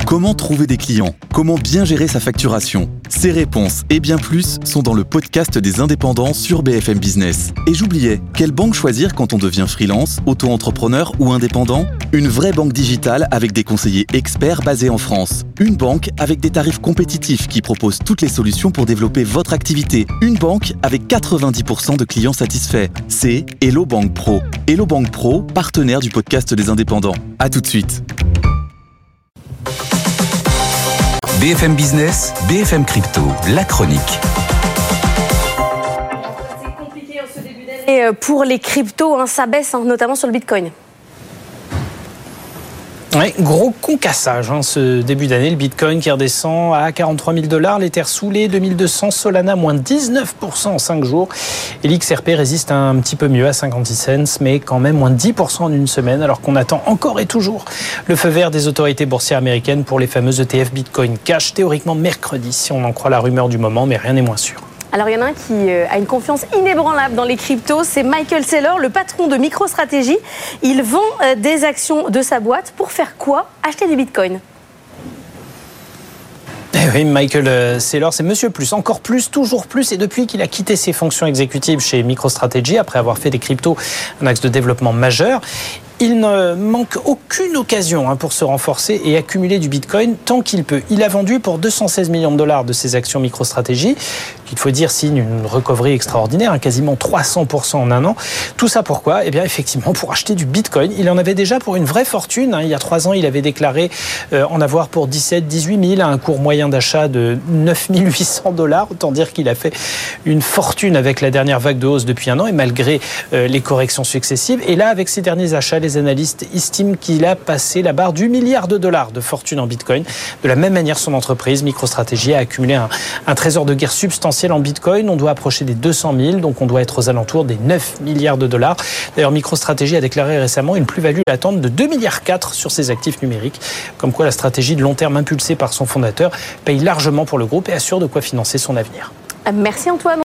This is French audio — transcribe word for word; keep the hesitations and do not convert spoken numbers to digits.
Comment trouver des clients ? Comment bien gérer sa facturation ? Ces réponses et bien plus sont dans le podcast des indépendants sur B F M Business. Et j'oubliais, quelle banque choisir quand on devient freelance, auto-entrepreneur ou indépendant ? Une vraie banque digitale avec des conseillers experts basés en France. Une banque avec des tarifs compétitifs qui propose toutes les solutions pour développer votre activité. Une banque avec quatre-vingt-dix pour cent de clients satisfaits. C'est Hello Bank Pro. Hello Bank Pro, partenaire du podcast des indépendants. À tout de suite. B F M Business, B F M Crypto, la chronique. C'est compliqué en ce début d'année pour les cryptos, hein, ça baisse, hein, notamment sur le Bitcoin. Oui, gros concassage, hein, ce début d'année. Le Bitcoin qui redescend à quarante-trois mille dollars, l'Ether sous les deux mille deux cents, Solana moins dix-neuf pour cent en cinq jours. Et l'X R P résiste un petit peu mieux à cinquante-six cents, mais quand même moins dix pour cent en une semaine, alors qu'on attend encore et toujours le feu vert des autorités boursières américaines pour les fameux E T F Bitcoin Cash, théoriquement mercredi, si on en croit la rumeur du moment, mais rien n'est moins sûr. Alors il y en a un qui a une confiance inébranlable dans les cryptos, c'est Michael Saylor, le patron de MicroStrategy. Il vend des actions de sa boîte pour faire quoi ? Acheter du Bitcoin. Eh oui, Michael Saylor, c'est Monsieur Plus, encore plus, toujours plus. Et depuis qu'il a quitté ses fonctions exécutives chez MicroStrategy, après avoir fait des cryptos un axe de développement majeur, il ne manque aucune occasion hein, pour se renforcer et accumuler du Bitcoin tant qu'il peut. Il a vendu pour deux cent seize millions de dollars de ses actions MicroStrategy, qu'il faut dire signe une recovery extraordinaire, hein, quasiment trois cents pour cent en un an. Tout ça pourquoi ? Eh bien, effectivement, pour acheter du Bitcoin. Il en avait déjà pour une vraie fortune. Hein. Il y a trois ans, il avait déclaré euh, en avoir pour dix-sept à dix-huit mille, à un cours moyen d'achat de neuf mille huit cents dollars. Autant dire qu'il a fait une fortune avec la dernière vague de hausse depuis un an et malgré euh, les corrections successives. Et là, avec ses derniers achats, les analystes estiment qu'il a passé la barre du milliard de dollars de fortune en Bitcoin. De la même manière, son entreprise, MicroStrategy, a accumulé un, un trésor de guerre substantiel en Bitcoin. On doit approcher des deux cent mille, donc on doit être aux alentours des neuf milliards de dollars. D'ailleurs, MicroStrategy a déclaré récemment une plus-value latente de deux virgule quatre milliards sur ses actifs numériques. Comme quoi, la stratégie de long terme impulsée par son fondateur paye largement pour le groupe et assure de quoi financer son avenir. Merci Antoine.